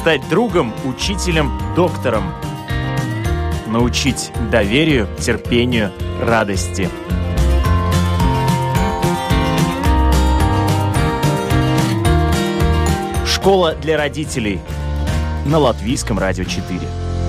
стать другом, учителем, доктором. Научить доверию, терпению, радости. Школа для родителей на Латвийском радио 4.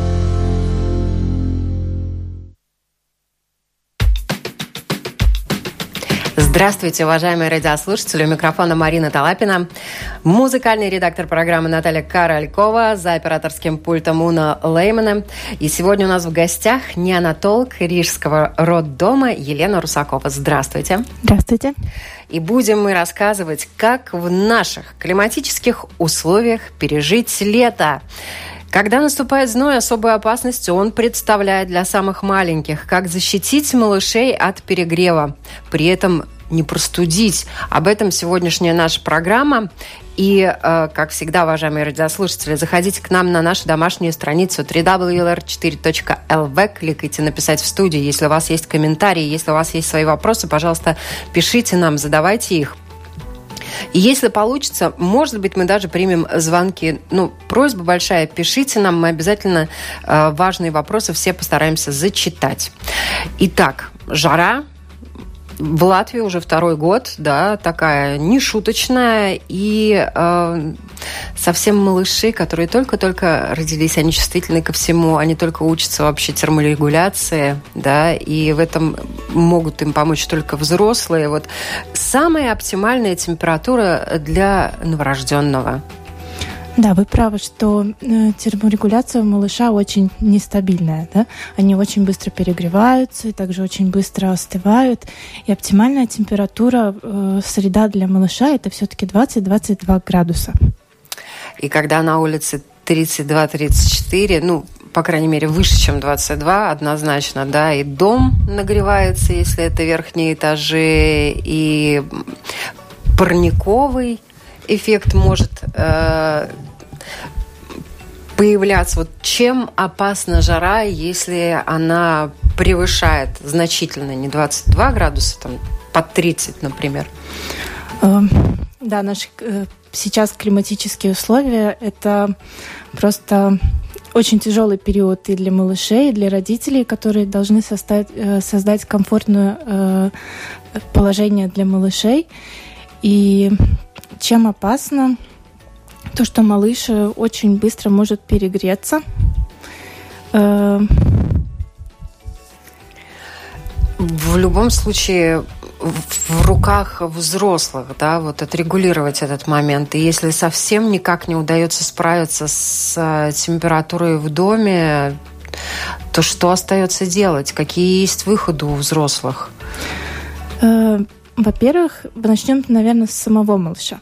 Здравствуйте, уважаемые радиослушатели. У микрофона Марина Талапина. Музыкальный редактор программы Наталья Королькова. За операторским пультом Уна Леймана. И сегодня у нас в гостях неонатолог Рижского роддома Елена Русакова. Здравствуйте. Здравствуйте. И будем мы рассказывать, как в наших климатических условиях пережить лето. Когда наступает зной, особую опасность он представляет для самых маленьких. Как защитить малышей от перегрева, при этом не простудить. Об этом сегодняшняя наша программа. И, как всегда, уважаемые радиослушатели, заходите к нам на нашу домашнюю страницу www.lr4.lv, кликайте «Написать в студии». Если у вас есть комментарии, если у вас есть свои вопросы, пожалуйста, пишите нам, задавайте их. И если получится, может быть, мы даже примем звонки. Просьба большая, пишите нам, мы обязательно важные вопросы все постараемся зачитать. Итак, жара в Латвии уже второй год, да, такая нешуточная, и совсем малыши, которые только-только родились, они чувствительны ко всему, они только учатся вообще терморегуляции, да, и в этом могут им помочь только взрослые. Вот самая оптимальная температура для новорожденного. Да, вы правы, что терморегуляция у малыша очень нестабильная. Да? Они очень быстро перегреваются и также очень быстро остывают. И оптимальная температура среда для малыша – это все-таки 20-22 градуса. И когда на улице 32-34, по крайней мере, выше, чем 22, однозначно, да, и дом нагревается, если это верхние этажи, и парниковый эффект может появляться. Вот чем опасна жара, если она превышает значительно не 22 градуса, там, под 30, например? Да, наши сейчас климатические условия – это просто очень тяжелый период и для малышей, и для родителей, которые должны создать комфортное положение для малышей. И чем опасно? То, что малыш очень быстро может перегреться. В любом случае, в руках взрослых, да, вот отрегулировать этот момент. И если совсем никак не удается справиться с температурой в доме, то что остается делать? Какие есть выходы у взрослых? Во-первых, начнем, наверное, с самого малыша.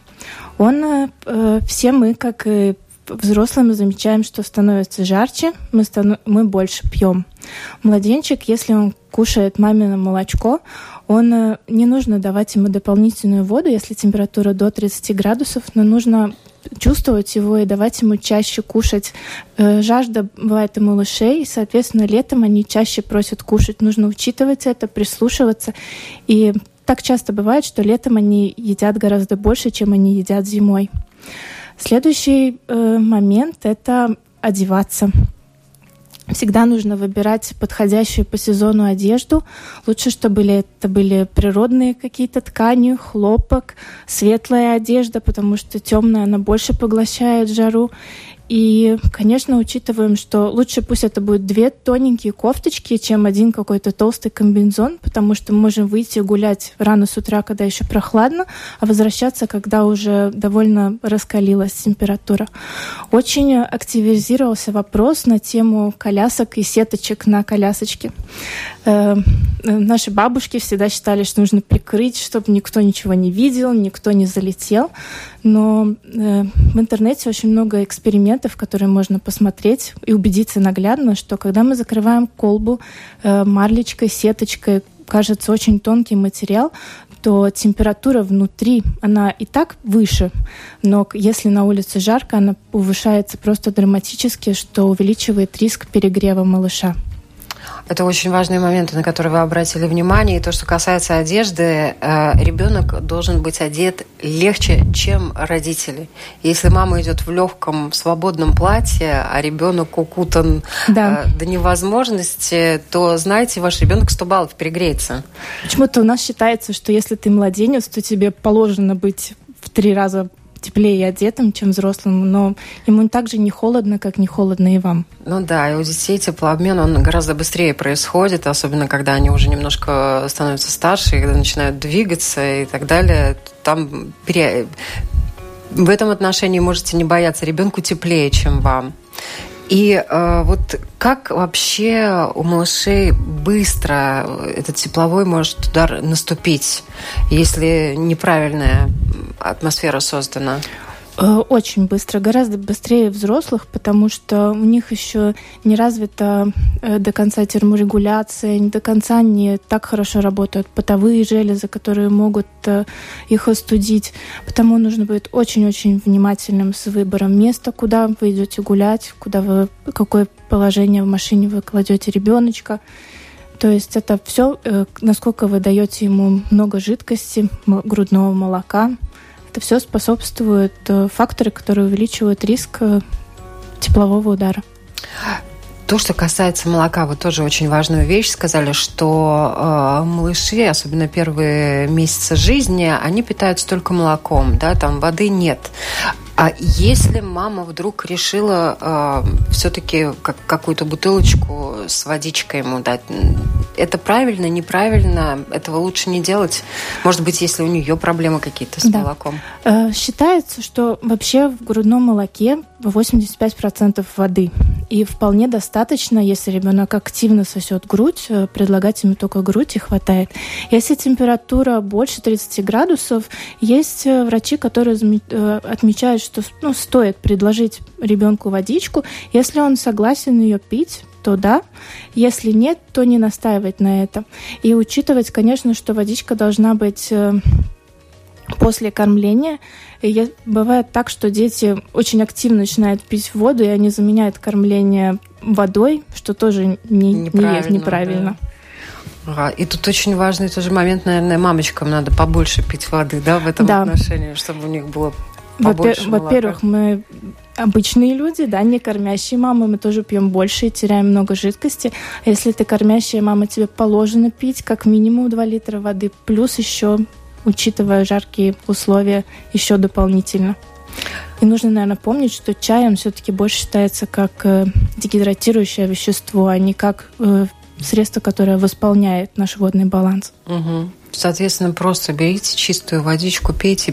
Все мы, как и взрослые, мы замечаем, что становится жарче, мы больше пьем. Младенчик, если он кушает мамино молочко, не нужно давать ему дополнительную воду, если температура до 30 градусов, но нужно чувствовать его и давать ему чаще кушать. Жажда бывает у малышей, и, соответственно, летом они чаще просят кушать. Нужно учитывать это, прислушиваться. И так часто бывает, что летом они едят гораздо больше, чем они едят зимой. Следующий момент – это одеваться. Всегда нужно выбирать подходящую по сезону одежду. Лучше, чтобы это были природные какие-то ткани, хлопок, светлая одежда, потому что темная, она больше поглощает жару. И, конечно, учитываем, что лучше пусть это будет 2 тоненькие кофточки, чем один какой-то толстый комбинезон, потому что мы можем выйти гулять рано с утра, когда еще прохладно, а возвращаться, когда уже довольно раскалилась температура. Очень активизировался вопрос на тему колясок и сеточек на колясочке. Наши бабушки всегда считали, что нужно прикрыть, чтобы никто ничего не видел, никто не залетел. Но в интернете очень много экспериментов, которые можно посмотреть и убедиться наглядно, что когда мы закрываем колбу марлечкой, сеточкой, кажется, очень тонкий материал, то температура внутри, она и так выше, но если на улице жарко, она повышается просто драматически, что увеличивает риск перегрева малыша. Это очень важные моменты, на которые вы обратили внимание. И то, что касается одежды, ребенок должен быть одет легче, чем родители. Если мама идет в легком, свободном платье, а ребенок укутан до невозможности, то, знаете, ваш ребенок 100 баллов перегреется. Почему-то у нас считается, что если ты младенец, то тебе положено быть в 3 раза теплее одетым, чем взрослому, но ему также не холодно, как не холодно и вам. Ну да, и у детей теплообмен, он гораздо быстрее происходит, особенно когда они уже немножко становятся старше, и когда начинают двигаться и так далее. Там в этом отношении можете не бояться, ребенку теплее, чем вам. И вот как вообще у малышей быстро этот тепловой может удар наступить, если неправильная атмосфера создана? Очень быстро, гораздо быстрее взрослых, потому что у них еще не развита до конца терморегуляция, не до конца не так хорошо работают потовые железы, которые могут их остудить. Потому нужно быть очень-очень внимательным с выбором места, куда вы идете гулять, какое положение в машине вы кладете ребеночка. То есть это все, насколько вы даете ему много жидкости, грудного молока. Это все способствует факторы, которые увеличивают риск теплового удара. То, что касается молока, вы тоже очень важную вещь сказали, что малыши, особенно первые месяцы жизни, они питаются только молоком, да, там воды нет. А если мама вдруг решила все-таки какую-то бутылочку с водичкой ему дать, это правильно, неправильно? Этого лучше не делать? Может быть, если у нее проблемы какие-то с молоком? Считается, что вообще в грудном молоке 85% воды. И вполне достаточно, если ребенок активно сосет грудь, предлагать ему только грудь и хватает. Если температура больше 30 градусов, есть врачи, которые отмечают, что стоит предложить ребенку водичку. Если он согласен ее пить, то да. Если нет, то не настаивать на это. И учитывать, конечно, что водичка должна быть после кормления. И бывает так, что дети очень активно начинают пить воду, и они заменяют кормление водой, что тоже неправильно. Да. И тут очень важный тоже момент, наверное, мамочкам надо побольше пить воды, да, в этом отношении, чтобы у них было побольше молока. Во-первых, мы обычные люди, да, не кормящие мамы, мы тоже пьем больше и теряем много жидкости. А если ты кормящая мама, тебе положено пить как минимум 2 литра воды, плюс еще, учитывая жаркие условия, еще дополнительно. И нужно, наверное, помнить, что чай, он все-таки больше считается как дегидратирующее вещество, а не как средство, которое восполняет наш водный баланс. Угу. Соответственно, просто берите чистую водичку, пейте,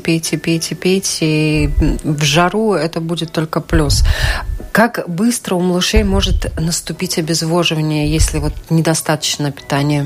и в жару это будет только плюс. Как быстро у малышей может наступить обезвоживание, если вот недостаточно питания?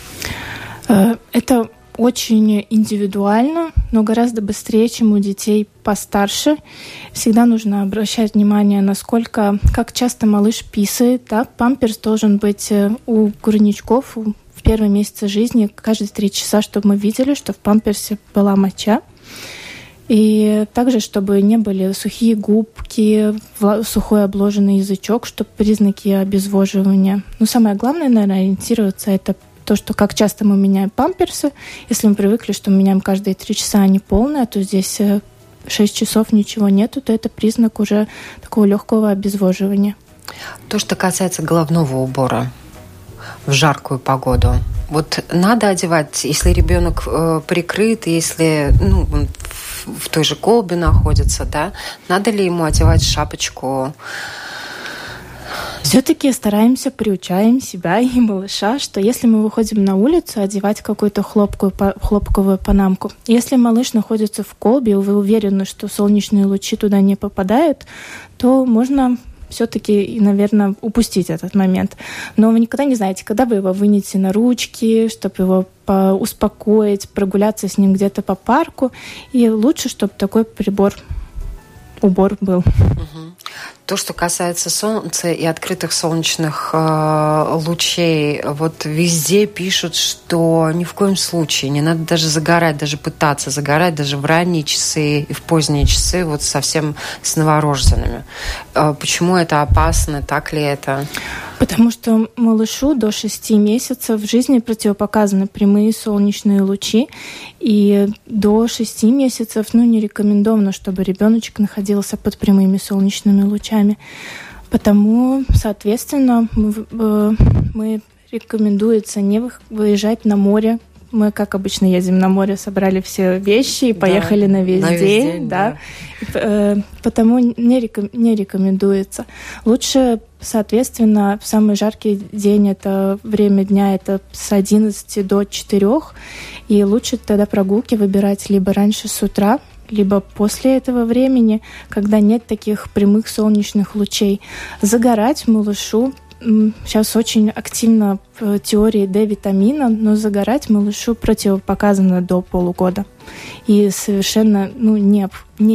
Это очень индивидуально, но гораздо быстрее, чем у детей постарше. Всегда нужно обращать внимание, как часто малыш писает. Да? Памперс должен быть у грудничков в первые месяцы жизни каждые 3 часа, чтобы мы видели, что в памперсе была моча. И также, чтобы не были сухие губки, сухой обложенный язычок, чтобы признаки обезвоживания. Но самое главное, наверное, ориентироваться это то, что как часто мы меняем памперсы. Если мы привыкли, что мы меняем каждые 3 часа, а не полные, то здесь 6 часов ничего нету, то это признак уже такого легкого обезвоживания. То, что касается головного убора в жаркую погоду. Вот надо одевать, если ребенок прикрыт, если он в той же колбе находится, да, надо ли ему одевать шапочку? Все-таки стараемся, приучаем себя и малыша, что если мы выходим на улицу, одевать какую-то хлопковую панамку. Если малыш находится в колбе, и вы уверены, что солнечные лучи туда не попадают, то можно все-таки, наверное, упустить этот момент. Но вы никогда не знаете, когда вы его вынете на ручки, чтобы его успокоить, прогуляться с ним где-то по парку. И лучше, чтобы такой убор был. То, что касается солнца и открытых солнечных лучей, вот везде пишут, что ни в коем случае не надо даже загорать, даже пытаться загорать, даже в ранние часы и в поздние часы, вот совсем с новорожденными. Почему это опасно? Так ли это? Потому что малышу до 6 месяцев в жизни противопоказаны прямые солнечные лучи, и до 6 месяцев не рекомендовано, чтобы ребеночек находился под прямыми солнечными лучами. Потому, соответственно, мы рекомендуется не выезжать на море. Мы, как обычно, едем на море, собрали все вещи и поехали на весь день. Да. Потому не рекомендуется. Лучше, соответственно, в самый жаркий день, это время дня, это с 11 до 4. И лучше тогда прогулки выбирать либо раньше с утра, либо после этого времени, когда нет таких прямых солнечных лучей. Загорать малышу сейчас очень активно в теории D-витамина, но загорать малышу противопоказано до полугода. И совершенно нет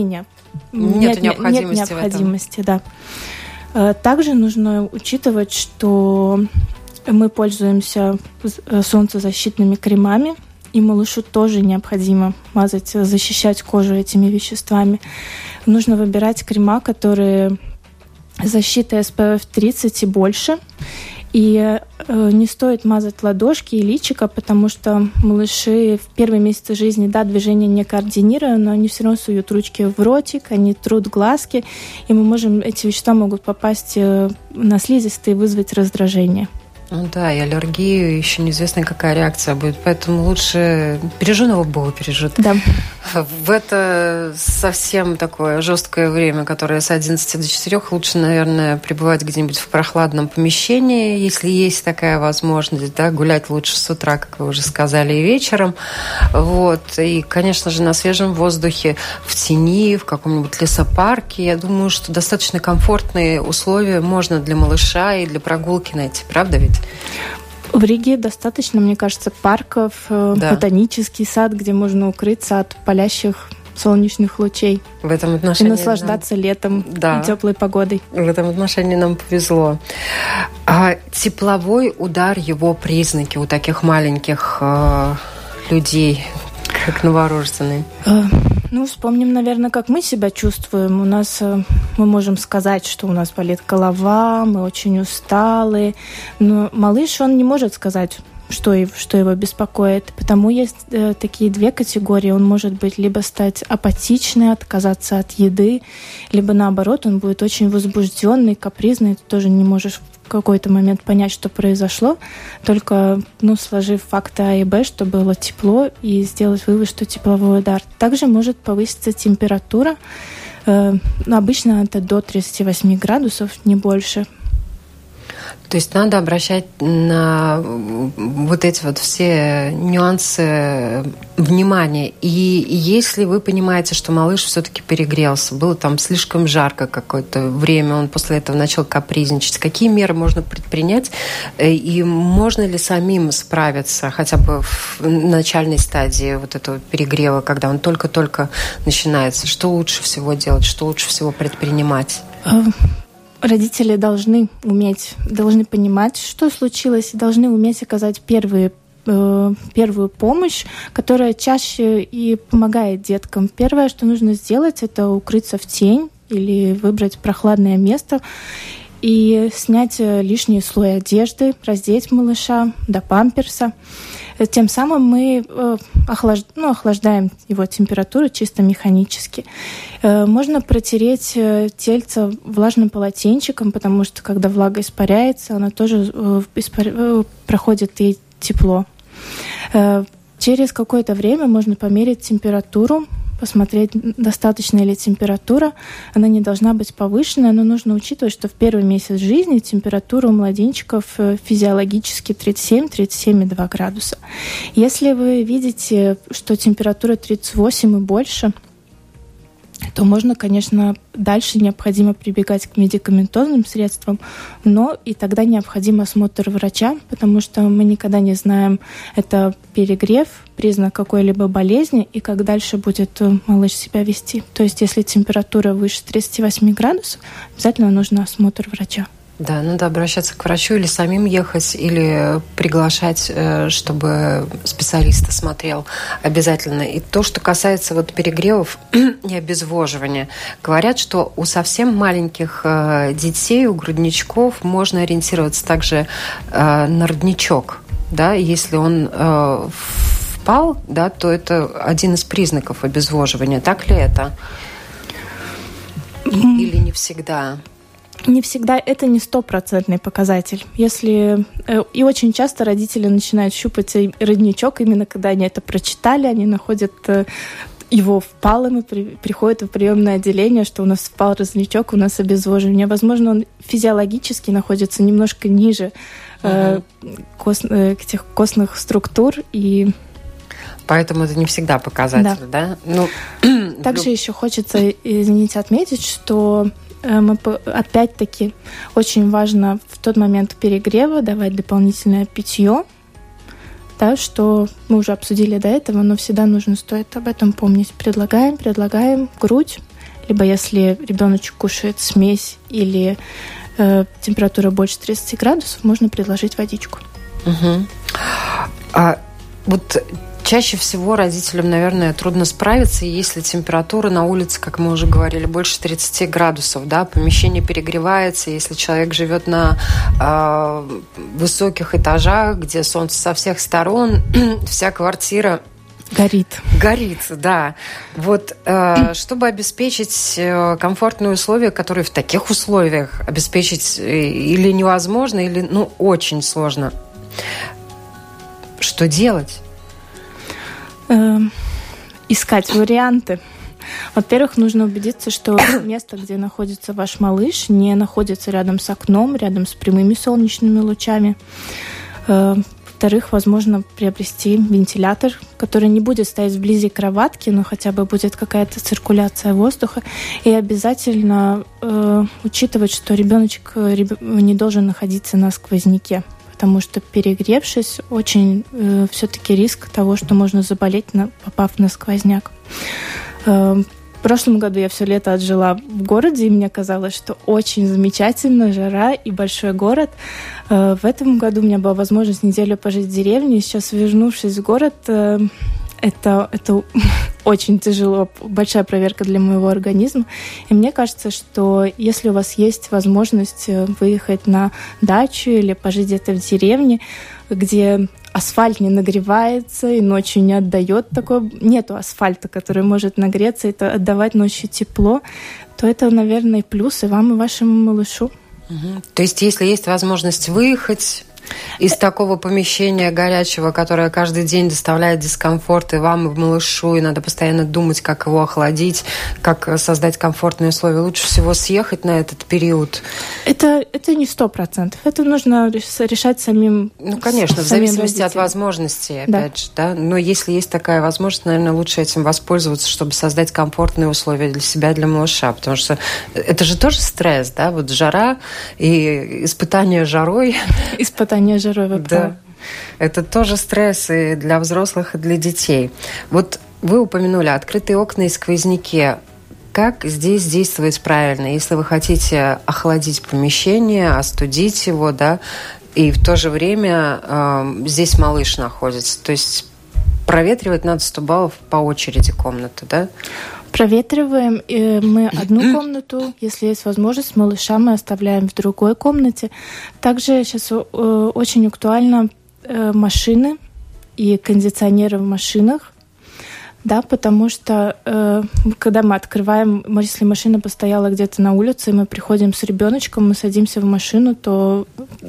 необходимости. Да. Также нужно учитывать, что мы пользуемся солнцезащитными кремами, и малышу тоже необходимо защищать кожу этими веществами. Нужно выбирать крема, которые защита SPF 30 и больше. И не стоит мазать ладошки и личико, потому что малыши в первые месяцы жизни, движения не координируют, но они все равно суют ручки в ротик, они трут глазки, и эти вещества могут попасть на слизистые и вызвать раздражение. И аллергию, еще неизвестно, какая реакция будет. Поэтому лучше береженого Бога пережит. Да. В это совсем такое жесткое время, которое с 11 до 4, лучше, наверное, пребывать где-нибудь в прохладном помещении, если есть такая возможность. Да? Гулять лучше с утра, как вы уже сказали, и вечером. И, конечно же, на свежем воздухе, в тени, в каком-нибудь лесопарке. Я думаю, что достаточно комфортные условия можно для малыша и для прогулки найти. Правда ведь? В Риге достаточно, мне кажется, парков, ботанический сад, где можно укрыться от палящих солнечных лучей. В этом отношении и наслаждаться летом и теплой погодой. В этом отношении нам повезло. А тепловой удар, его признаки у таких маленьких людей, как новорожденные? Вспомним, наверное, как мы себя чувствуем. Мы можем сказать, что у нас болит голова, мы очень усталые. Но малыш, он не может сказать, что его беспокоит. Потому есть такие две категории. Он может быть либо стать апатичный, отказаться от еды, либо наоборот, он будет очень возбужденный, капризный. Ты тоже не можешь в какой-то момент понять, что произошло, только сложив факты А и Б, что было тепло, и сделать вывод, что тепловой удар. Также может повыситься температура. Обычно это до 38 градусов, не больше. То есть надо обращать на эти все нюансы внимания. И если вы понимаете, что малыш все-таки перегрелся, было там слишком жарко какое-то время, он после этого начал капризничать, какие меры можно предпринять? И можно ли самим справиться хотя бы в начальной стадии этого перегрева, когда он только-только начинается? Что лучше всего делать, что лучше всего предпринимать? Родители должны понимать, что случилось, и должны уметь оказать первую помощь, которая чаще и помогает деткам. Первое, что нужно сделать, это укрыться в тень или выбрать прохладное место и снять лишний слой одежды, раздеть малыша до памперса. Тем самым мы охлаждаем его температуру чисто механически. Можно протереть тельце влажным полотенчиком, потому что когда влага испаряется, она тоже проходит и тепло. Через какое-то время можно померить температуру, посмотреть, достаточная ли температура. Она не должна быть повышенная, но нужно учитывать, что в первый месяц жизни температура у младенчиков физиологически 37-37,2 градуса. Если вы видите, что температура 38 и больше, то можно, конечно, дальше необходимо прибегать к медикаментозным средствам, но и тогда необходим осмотр врача, потому что мы никогда не знаем, это перегрев, признак какой-либо болезни, и как дальше будет малыш себя вести. То есть, если температура выше 38 градусов, обязательно нужен осмотр врача. Да, надо обращаться к врачу или самим ехать, или приглашать, чтобы специалист осмотрел обязательно. И то, что касается вот перегревов и обезвоживания. Говорят, что у совсем маленьких детей, у грудничков можно ориентироваться также на родничок. Да? Если он впал, да, то это один из признаков обезвоживания. Так ли это? Или не всегда? Не всегда, это не 100% показатель. Если и очень часто родители начинают щупать родничок, именно когда они это прочитали, они находят его впалым и приходят в приемное отделение, что у нас впал родничок, у нас обезвоживание. Возможно, он физиологически находится немножко ниже этих костных структур, и поэтому это не всегда показатель, да? Ну, также еще хочется, извините, отметить, что опять-таки очень важно в тот момент перегрева давать дополнительное питье, да, что мы уже обсудили до этого, но всегда стоит об этом помнить. Предлагаем грудь, либо если ребеночек кушает смесь или температура больше 30 градусов, можно предложить водичку. Вот чаще всего родителям, наверное, трудно справиться, если температура на улице, как мы уже говорили, больше 30 градусов, да, помещение перегревается, если человек живет на высоких этажах, где солнце со всех сторон, вся квартира горит, да. Вот, чтобы обеспечить комфортные условия, которые в таких условиях обеспечить или невозможно, или, очень сложно. Что делать? Искать варианты. Во-первых, нужно убедиться, что место, где находится ваш малыш, не находится рядом с окном, рядом с прямыми солнечными лучами. Во-вторых, возможно приобрести вентилятор, который не будет стоять вблизи кроватки, но хотя бы будет какая-то циркуляция воздуха. И обязательно учитывать, что ребеночек не должен находиться на сквозняке, потому что, перегревшись, очень все-таки риск того, что можно заболеть, попав на сквозняк. В прошлом году я все лето отжила в городе, и мне казалось, что очень замечательно, жара и большой город. В этом году у меня была возможность неделю пожить в деревне, и сейчас, вернувшись в город, это очень тяжело, большая проверка для моего организма. И мне кажется, что если у вас есть возможность выехать на дачу или пожить где-то в деревне, где асфальт не нагревается и ночью не отдает нету асфальта, который может нагреться и отдавать ночью тепло, то это, наверное, плюс и вам, и вашему малышу. То есть, если есть возможность выехать из такого помещения горячего, которое каждый день доставляет дискомфорт и вам, и малышу, и надо постоянно думать, как его охладить, как создать комфортные условия, лучше всего съехать на этот период? Это не 100%. Это нужно решать самим. Конечно, в зависимости от возможностей, опять же, да. Но если есть такая возможность, наверное, лучше этим воспользоваться, чтобы создать комфортные условия для себя, для малыша, потому что это же тоже стресс, да, вот жара и испытание жарой. Испытание жарой, вы правы. Да, это тоже стресс и для взрослых, и для детей. Вот вы упомянули открытые окна и сквозняки. Как здесь действовать правильно, если вы хотите охладить помещение, остудить его, да, и в то же время здесь малыш находится? То есть проветривать надо 100 баллов по очереди комнаты, да? Проветриваем мы одну комнату, если есть возможность, малыша мы оставляем в другой комнате. Также сейчас очень актуально машины и кондиционеры в машинах, да, потому что когда мы открываем, если машина постояла где-то на улице, и мы приходим с ребеночком, мы садимся в машину, то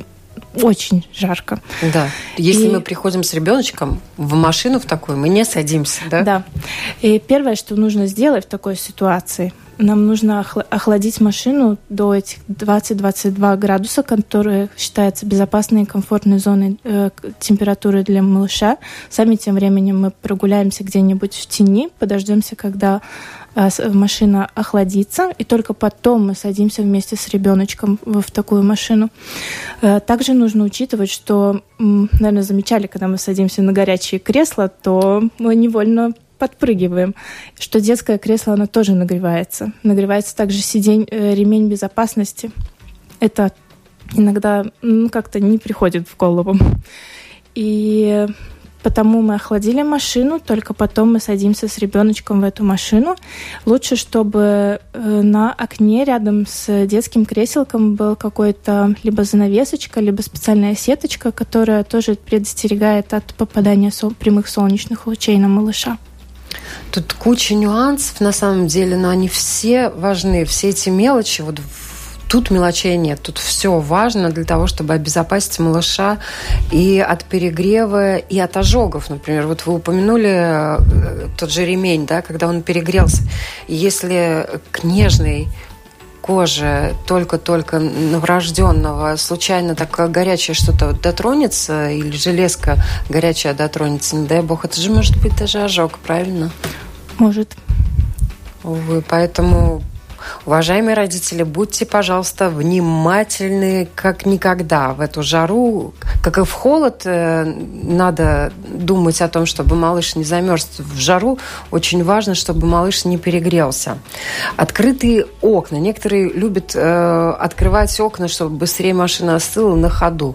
очень жарко. Да. Если мы приходим с ребеночком в машину в такую, мы не садимся, да? Да. И первое, что нужно сделать в такой ситуации, нам нужно охладить машину до этих 20-22 градуса, которые считаются безопасной и комфортной зоной температуры для малыша. Сами тем временем мы прогуляемся где-нибудь в тени, подождемся, когда машина охладится, и только потом мы садимся вместе с ребеночком в такую машину. Также нужно учитывать, что, наверное, замечали, когда мы садимся на горячие кресла, то мы невольно подпрыгиваем, что детское кресло, оно тоже нагревается. Нагревается также ремень безопасности. Это иногда как-то не приходит в голову. И потому мы охладили машину, только потом мы садимся с ребеночком в эту машину. Лучше, чтобы на окне рядом с детским креселком был какой-то либо занавесочка, либо специальная сеточка, которая тоже предостерегает от попадания прямых солнечных лучей на малыша. Тут куча нюансов, на самом деле, но они все важны. Все эти мелочи, вот тут мелочей нет. Тут все важно для того, чтобы обезопасить малыша и от перегрева, и от ожогов. Например, вот вы упомянули тот же ремень, да, когда он перегрелся. И если к нежной коже только-только новорожденного случайно такое горячее что-то дотронется, или железка горячая дотронется, не дай бог, это же может быть даже ожог, правильно? Может. Увы, поэтому, уважаемые родители, будьте, пожалуйста, внимательны как никогда в эту жару. Как и в холод, надо думать о том, чтобы малыш не замерз. В жару очень важно, чтобы малыш не перегрелся. Открытые окна. Некоторые любят открывать окна, чтобы быстрее машина остыла на ходу.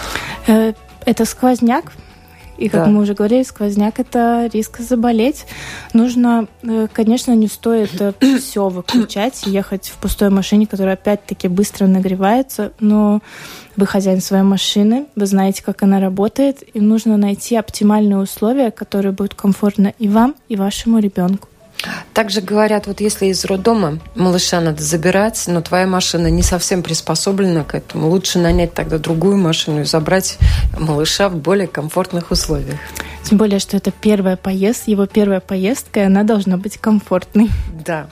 Это сквозняк. И, как мы уже говорили, сквозняк – это риск заболеть. Нужно, конечно, не стоит все выключать и ехать в пустой машине, которая опять-таки быстро нагревается, но вы хозяин своей машины, вы знаете, как она работает, и нужно найти оптимальные условия, которые будут комфортны и вам, и вашему ребенку. Также говорят, вот если из роддома малыша надо забирать, но твоя машина не совсем приспособлена к этому, лучше нанять тогда другую машину и забрать малыша в более комфортных условиях. Тем более, что это его первая поездка, и она должна быть комфортной. Да.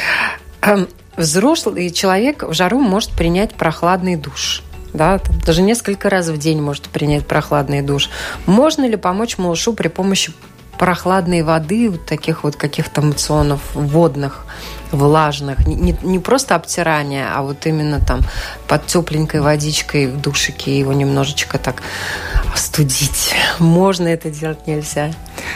Взрослый человек в жару может принять прохладный душ. Да, даже несколько раз в день может принять прохладный душ. Можно ли помочь малышу при помощи прохладной воды, вот таких вот каких-то моционов водных, влажных, не просто обтирание, а вот именно там под тепленькой водичкой в душике его немножечко так остудить? Можно это делать, нельзя?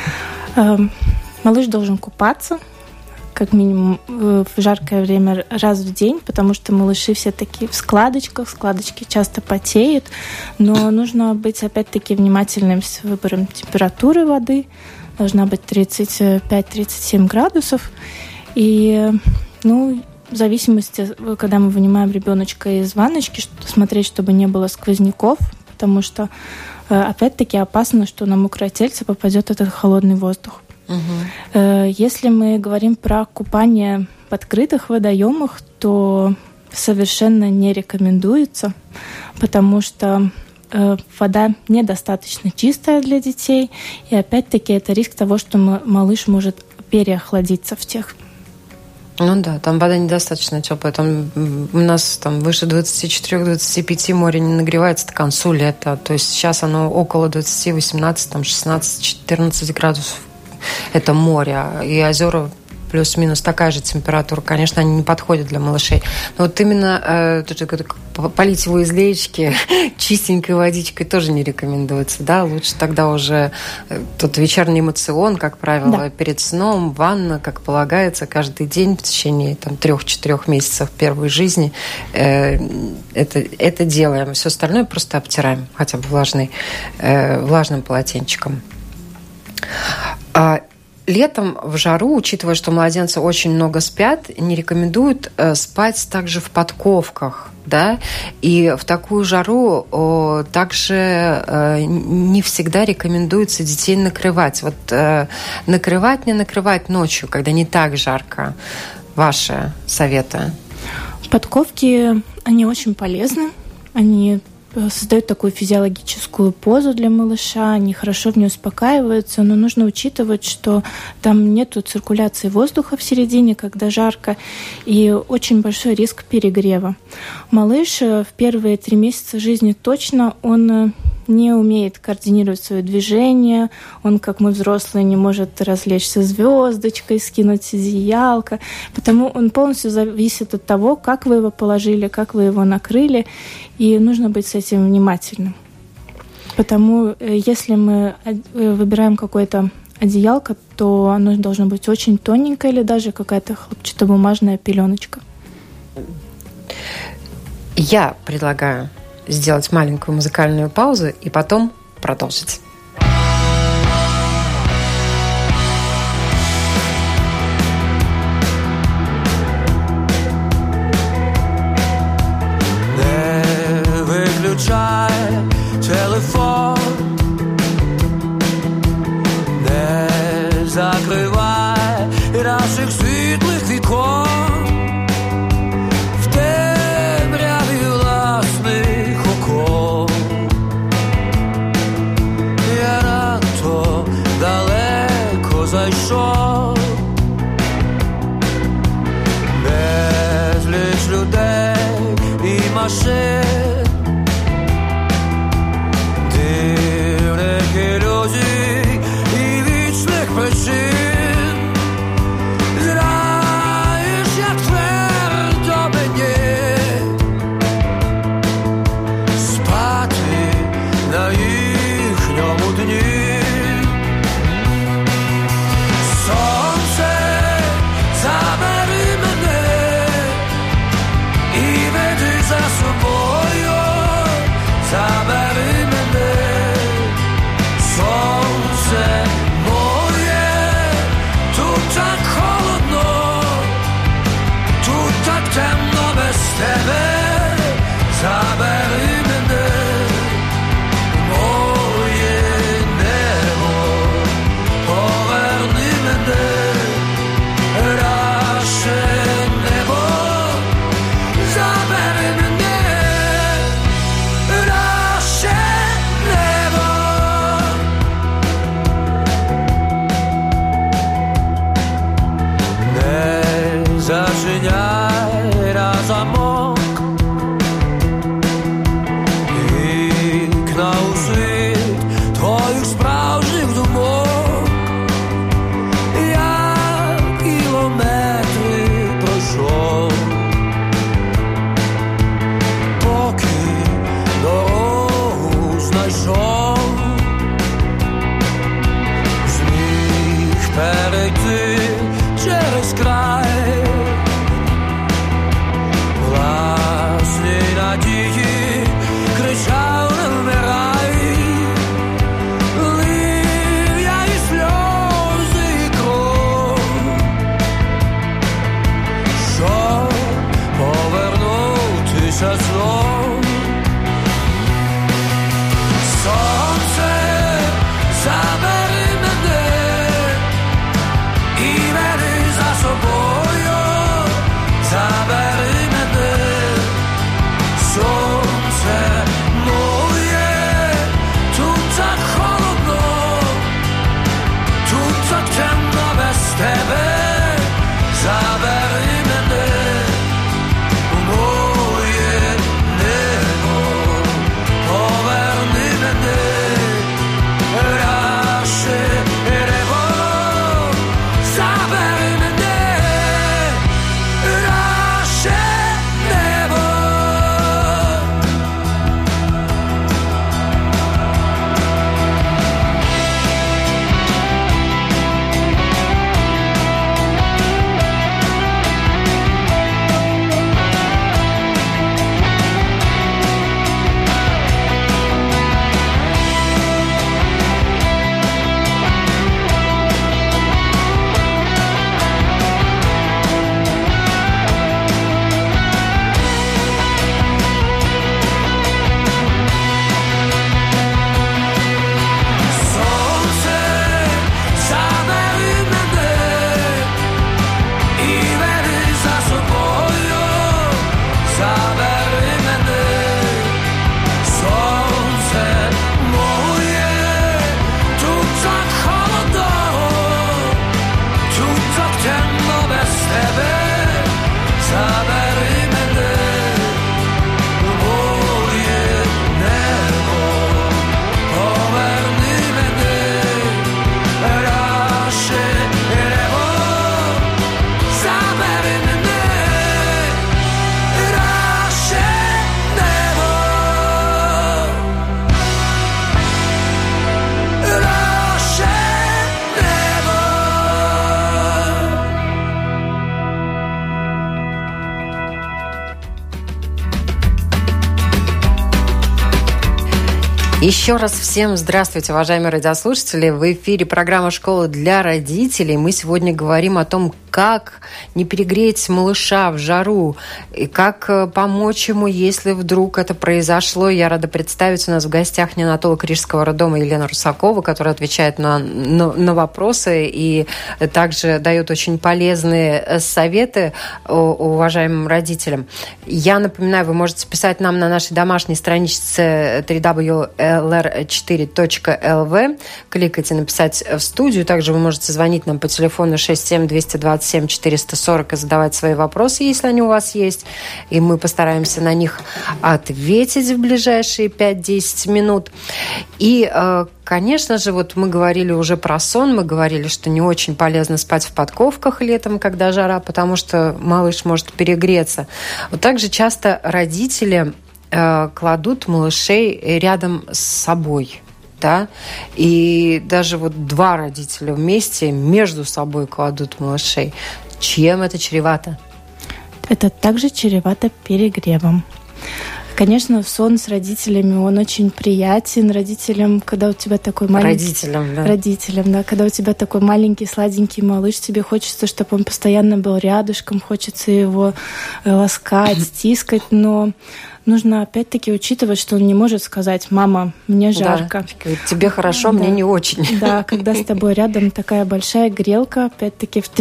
Малыш должен купаться как минимум в жаркое время раз в день, потому что малыши все такие в складочках, складочки часто потеют, но нужно быть опять-таки внимательным с выбором температуры воды. Должна быть 35-37 градусов. И, в зависимости, когда мы вынимаем ребеночка из ванночки, смотреть, чтобы не было сквозняков, потому что, опять-таки, опасно, что на мокрое тельце попадет этот холодный воздух. Угу. Если мы говорим про купание в открытых водоемах, то совершенно не рекомендуется, потому что вода недостаточно чистая для детей, и опять-таки это риск того, что малыш может переохладиться в тех. Ну да, там вода недостаточно теплая. Там у нас там выше 24-25 море не нагревается, это к концу лета. То есть сейчас оно около 20, 18, там 16, 14 градусов. Это море. И озера плюс-минус такая же температура. Конечно, они не подходят для малышей. Но вот именно полить его из леечки чистенькой водичкой тоже не рекомендуется. Да? Лучше тогда уже тот вечерний моцион, как правило, перед сном, ванна, как полагается, каждый день в течение 3-4 месяцев первой жизни. Это делаем. Все остальное просто обтираем хотя бы влажным полотенчиком. Летом в жару, учитывая, что младенцы очень много спят, не рекомендуют спать также в подковках, да, и в такую жару также не всегда рекомендуется детей накрывать. Вот накрывать, не накрывать ночью, когда не так жарко. Ваши советы? Подковки, они очень полезны, они создают такую физиологическую позу для малыша, они хорошо в ней успокаиваются, но нужно учитывать, что там нету циркуляции воздуха в середине, когда жарко, и очень большой риск перегрева. Малыш в первые 3 месяца жизни точно он не умеет координировать свои движения, он, как мы взрослые, не может развлечься звездочкой, скинуть одеялко, потому он полностью зависит от того, как вы его положили, как вы его накрыли, и нужно быть с этим внимательным. Потому если мы выбираем какое-то одеялко, то оно должно быть очень тоненькое или даже какая-то хлопчатобумажная пеленочка. Я предлагаю сделать маленькую музыкальную паузу и потом продолжить. Телефон, не закривай наших світлих вікон в темряві власних окон. Я надто далеко зайшов, безліч людей і машин, ілюзій і вічних причин. Знаєш, як твердо мені спати на їхньому дні. Сонце, забери мене і веди за собою, забери мене. Сонце моє, тут так холодно, тут так темно без тебе, забери мене, моє небо, поверни мене, наше небо, забери мене, наше небо. Зачиняй на замок вікна у світ твоїх справжніх думок. Я кілометри пройшов, поки дорогу знайшов, зміг перейти через край. Власні надії кричав: не вмирай. Лив я і сльози, і кров, щоб повернутися знов. Сонце, забери мене і Еще раз всем здравствуйте, уважаемые радиослушатели. В эфире программа «Школа для родителей». Мы сегодня говорим о том, как не перегреть малыша в жару, и как помочь ему, если вдруг это произошло. Я рада представить, у нас в гостях неонатолог Рижского роддома Елена Русакова, которая отвечает на вопросы и также дает очень полезные советы уважаемым родителям. Я напоминаю, вы можете писать нам на нашей домашней страничке www.lr4.lv, кликайте «Написать в студию». Также вы можете звонить нам по телефону 67-227-440 и задавать свои вопросы, если они у вас есть. И мы постараемся на них ответить в ближайшие 5-10 минут. И, конечно же, вот мы говорили уже про сон, мы говорили, что не очень полезно спать в подковках летом, когда жара, потому что малыш может перегреться. Вот также часто родители кладут малышей рядом с собой, да, и даже вот два родителя вместе между собой кладут малышей. Чем это чревато? Это также чревато перегревом. Конечно, сон с родителями, он очень приятен родителям, когда у тебя такой маленький... Родителям, да. Когда у тебя такой маленький, сладенький малыш, тебе хочется, чтобы он постоянно был рядышком, хочется его ласкать, стискать, но нужно опять-таки учитывать, что он не может сказать: «Мама, мне жарко». Да, тебе хорошо, да. Мне не очень. Да, когда с тобой рядом такая большая грелка, опять-таки в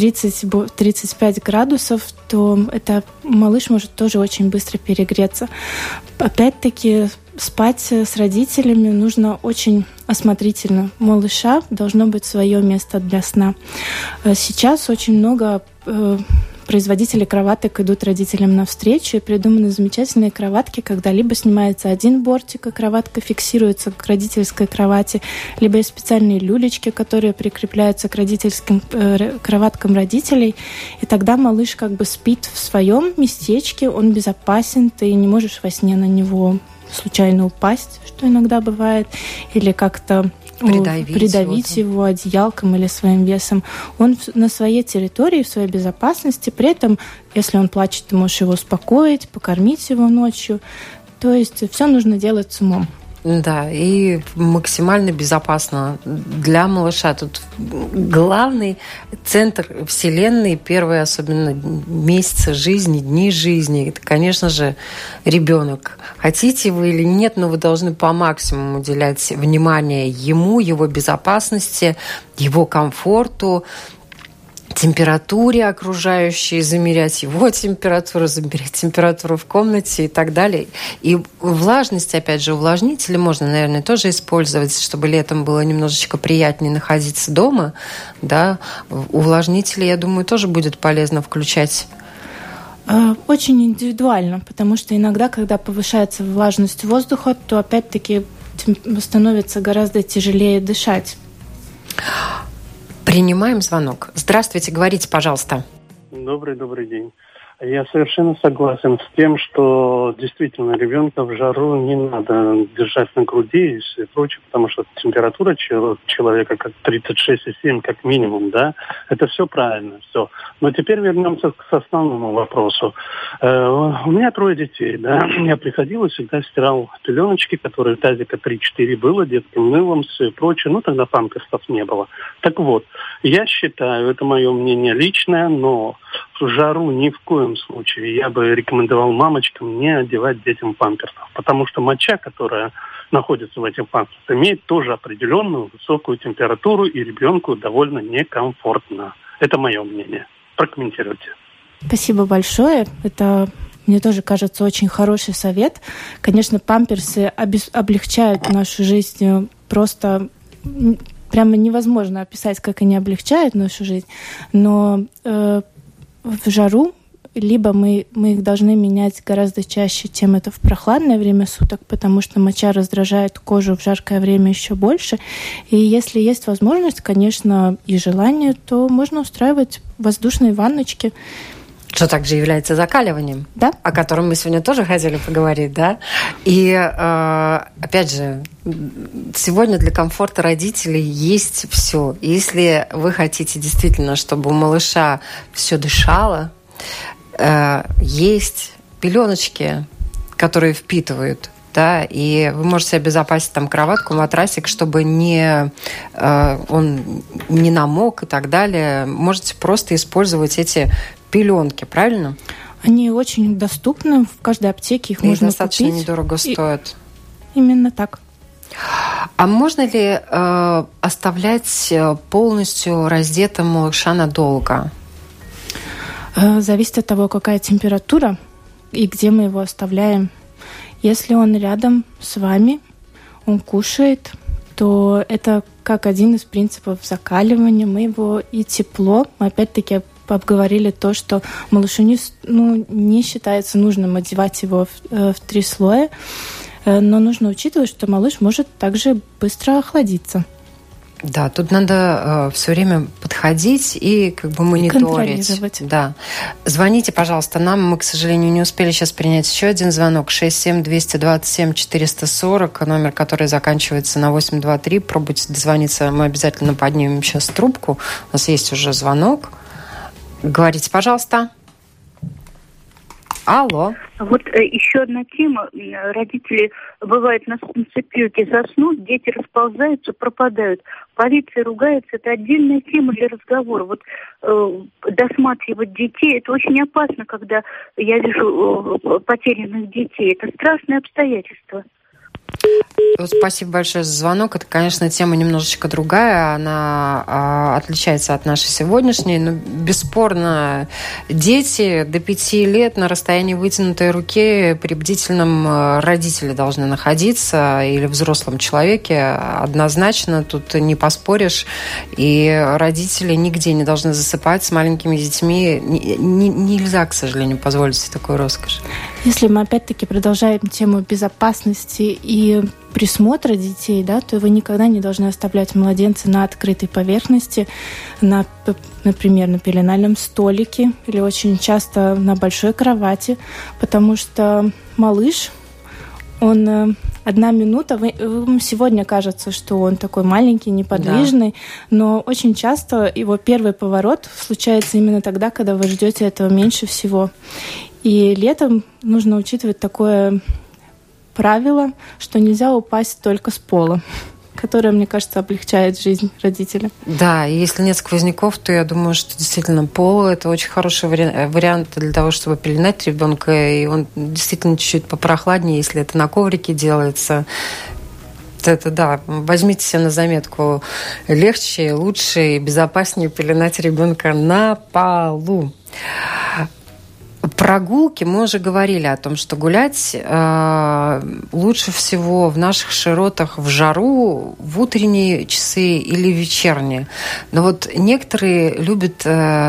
30-35 градусов, то это малыш может тоже очень быстро перегреться. Опять-таки спать с родителями нужно очень осмотрительно. У малыша должно быть свое место для сна. Сейчас очень много производители кроваток идут родителям навстречу, и придуманы замечательные кроватки, когда либо снимается один бортик, и кроватка фиксируется к родительской кровати, либо есть специальные люлечки, которые прикрепляются к родительским кроваткам родителей, и тогда малыш как бы спит в своем местечке, он безопасен, ты не можешь во сне на него случайно упасть, что иногда бывает, или как-то придавить его одеялком или своим весом. Он на своей территории, в своей безопасности. При этом, если он плачет, ты можешь его успокоить, покормить его ночью. То есть все нужно делать с умом. Да, и максимально безопасно для малыша. Тут главный центр Вселенной, первые особенно месяцы жизни, дни жизни, это, конечно же, ребенок. Хотите вы или нет, но вы должны по максимуму уделять внимание ему, его безопасности, его комфорту, температуре окружающей, замерять его температуру, замерять температуру в комнате и так далее. И влажность, опять же, увлажнители можно, наверное, тоже использовать, чтобы летом было немножечко приятнее находиться дома. Да? Увлажнители, я думаю, тоже будет полезно включать. Очень индивидуально, потому что иногда, когда повышается влажность воздуха, то опять-таки становится гораздо тяжелее дышать. Принимаем звонок. Здравствуйте, говорите, пожалуйста. Добрый день. Я совершенно согласен с тем, что действительно ребенка в жару не надо держать на груди и все прочее, потому что температура человека как 36,7 как минимум, да, это все правильно, все. Но теперь вернемся к основному вопросу. У меня 3 детей, да, я приходил и всегда стирал пеленочки, которые тазика 3-4 было, детским мылом, все прочее, ну тогда памперсов не было. Так вот, я считаю, это мое мнение личное, но в жару ни в коем случае я бы рекомендовал мамочкам не одевать детям памперсов, потому что моча, которая находится в этих памперсах, имеет тоже определенную высокую температуру, и ребенку довольно некомфортно. Это мое мнение. Прокомментируйте. Спасибо большое. Это, мне тоже кажется, очень хороший совет. Конечно, памперсы облегчают нашу жизнь просто... Прямо невозможно описать, как они облегчают нашу жизнь, но в жару либо мы их должны менять гораздо чаще, чем это в прохладное время суток, потому что моча раздражает кожу в жаркое время еще больше. И если есть возможность, конечно, и желание, то можно устраивать воздушные ванночки. Что также является закаливанием, да? О котором мы сегодня тоже хотели поговорить, да? И, опять же, сегодня для комфорта родителей есть все. Если вы хотите действительно, чтобы у малыша все дышало, есть пеленочки, которые впитывают да, и вы можете обезопасить там кроватку, матрасик, чтобы он не намок и так далее. Можете просто использовать эти пеленки, правильно? Они очень доступны, в каждой аптеке их можно купить. И достаточно недорого стоят. Именно так. А можно ли оставлять полностью раздетым малыша надолго? Зависит от того, какая температура и где мы его оставляем. Если он рядом с вами, он кушает, то это как один из принципов закаливания. Мы его и тепло, мы опять-таки обговорили то, что малышу не считается нужным одевать его в 3 слоя, но нужно учитывать, что малыш может также быстро охладиться. Да, тут надо все время подходить и как бы мониторить. Да. Звоните, пожалуйста, нам. Мы, к сожалению, не успели сейчас принять еще один звонок. 67-227-440, номер, который заканчивается на 823. Пробуйте дозвониться, мы обязательно поднимем сейчас трубку. У нас есть уже звонок. Говорите, пожалуйста. Алло. Вот еще одна тема. Родители, бывает, на цепёке заснут, дети расползаются, пропадают. Полиция ругается, это отдельная тема для разговора. Вот досматривать детей, это очень опасно, когда я вижу потерянных детей. Это страшное обстоятельство. Спасибо большое за звонок. Это, конечно, тема немножечко другая. Она отличается от нашей сегодняшней. Но, бесспорно, дети до 5 лет на расстоянии вытянутой руки при бдительном родителе должны находиться или взрослом человеке. Однозначно, тут не поспоришь. И родители нигде не должны засыпать с маленькими детьми. Нельзя, к сожалению, позволить себе такую роскошь. Если мы опять-таки продолжаем тему безопасности и присмотра детей, да, то вы никогда не должны оставлять младенца на открытой поверхности, например, на пеленальном столике или очень часто на большой кровати, потому что малыш, он 1 минута, вам сегодня кажется, что он такой маленький, неподвижный, да. Но очень часто его первый поворот случается именно тогда, когда вы ждете этого меньше всего. И летом нужно учитывать такое правило, что нельзя упасть только с пола, которое, мне кажется, облегчает жизнь родителя. Да, и если нет сквозняков, то я думаю, что действительно пол – это очень хороший вариант для того, чтобы пеленать ребенка, и он действительно чуть-чуть попрохладнее, если это на коврике делается. Это да, возьмите себе на заметку. Легче, лучше и безопаснее пеленать ребенка на полу. Прогулки, мы уже говорили о том, что гулять лучше всего в наших широтах в жару, в утренние часы или вечерние. Но вот некоторые любят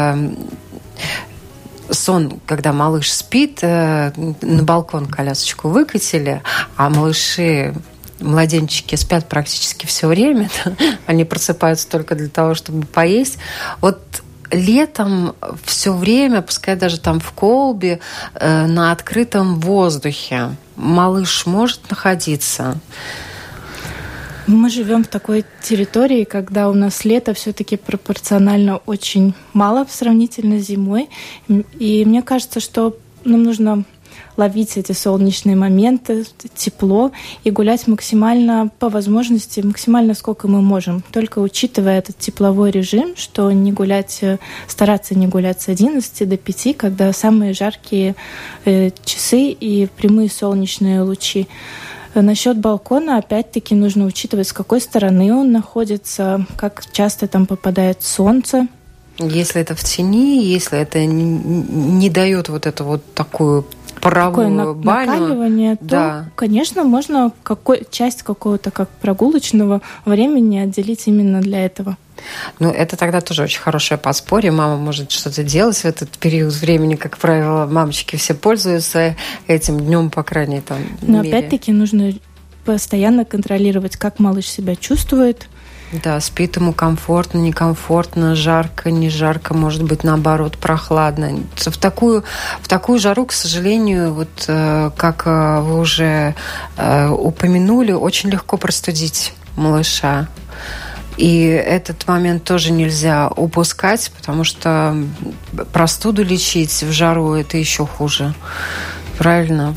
сон, когда малыш спит, на балкон колясочку выкатили, а младенчики спят практически все время. Они просыпаются только для того, чтобы поесть. Вот летом все время, пускай даже там в колбе, на открытом воздухе малыш может находиться. Мы живем в такой территории, когда у нас лето все-таки пропорционально очень мало сравнительно с зимой. И мне кажется, что нам нужно ловить эти солнечные моменты, тепло и гулять максимально по возможности, максимально сколько мы можем. Только учитывая этот тепловой режим, что стараться не гулять с 11 до 5, когда самые жаркие часы и прямые солнечные лучи. Насчет балкона, опять-таки, нужно учитывать, с какой стороны он находится, как часто там попадает солнце. Если это в тени, если это не дает вот эту вот такую паровую баню, накаливание, то, конечно, можно часть какого-то как прогулочного времени отделить именно для этого. Ну, это тогда тоже очень хорошее подспорье. Мама может что-то делать в этот период времени. Как правило, мамочки все пользуются этим днем, по крайней мере. Но опять-таки нужно постоянно контролировать, как малыш себя чувствует. Да, спит ему комфортно, некомфортно, жарко, не жарко, может быть, наоборот, прохладно. В такую жару, к сожалению, вот как вы уже упомянули, очень легко простудить малыша. И этот момент тоже нельзя упускать, потому что простуду лечить в жару – это еще хуже. Правильно? Вот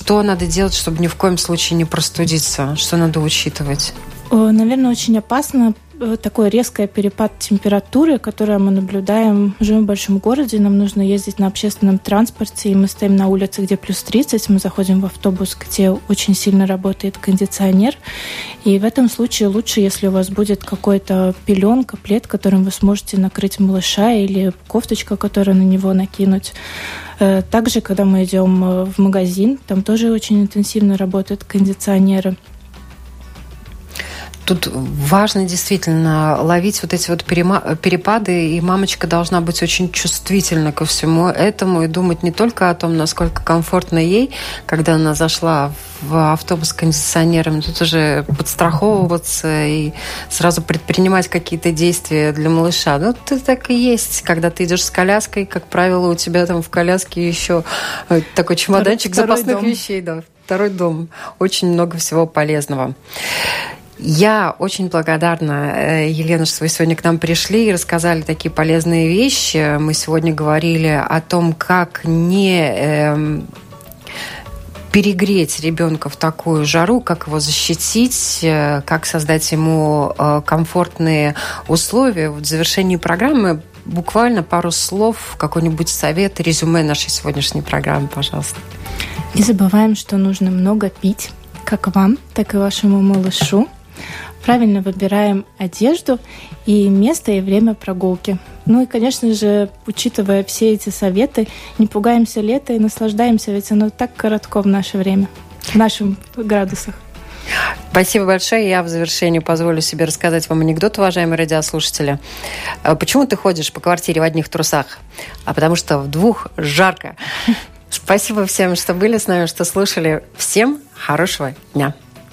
Что надо делать, чтобы ни в коем случае не простудиться? Что надо учитывать? Наверное, очень опасно такой резкий перепад температуры, который мы наблюдаем. Живем в большом городе, нам нужно ездить на общественном транспорте, и мы стоим на улице, где плюс 30, мы заходим в автобус, где очень сильно работает кондиционер. И в этом случае лучше, если у вас будет какой-то пеленка, плед, которым вы сможете накрыть малыша, или кофточка, которую на него накинуть. Также, когда мы идем в магазин, там тоже очень интенсивно работают кондиционеры. Тут важно действительно ловить вот эти вот перепады, и мамочка должна быть очень чувствительна ко всему этому и думать не только о том, насколько комфортно ей, когда она зашла в автобус с кондиционером, тут уже подстраховываться и сразу предпринимать какие-то действия для малыша. Ну, это так и есть. Когда ты идешь с коляской, как правило, у тебя там в коляске еще такой чемоданчик запасных вещей. Да, второй дом. Очень много всего полезного. Я очень благодарна, Елена, что вы сегодня к нам пришли и рассказали такие полезные вещи. Мы сегодня говорили о том, как не перегреть ребенка в такую жару, как его защитить, как создать ему комфортные условия. В завершении программы буквально пару слов, какой-нибудь совет, резюме нашей сегодняшней программы, пожалуйста. Не забываем, что нужно много пить, как вам, так и вашему малышу. Правильно выбираем одежду и место и время прогулки. Ну и, конечно же, учитывая все эти советы, не пугаемся лета и наслаждаемся, ведь оно так коротко в наше время, в наших градусах. Спасибо большое. Я в завершении позволю себе рассказать вам анекдот, уважаемые радиослушатели. Почему ты ходишь по квартире в одних трусах? А потому что в двух жарко. Спасибо всем, что были с нами, что слушали. Всем хорошего дня.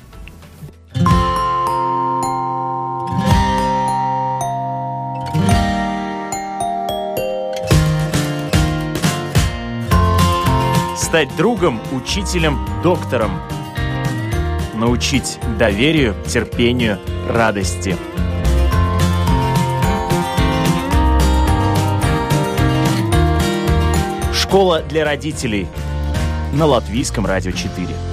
Стать другом, учителем, доктором. Научить доверию, терпению, радости. Школа для родителей на Латвийском радио 4.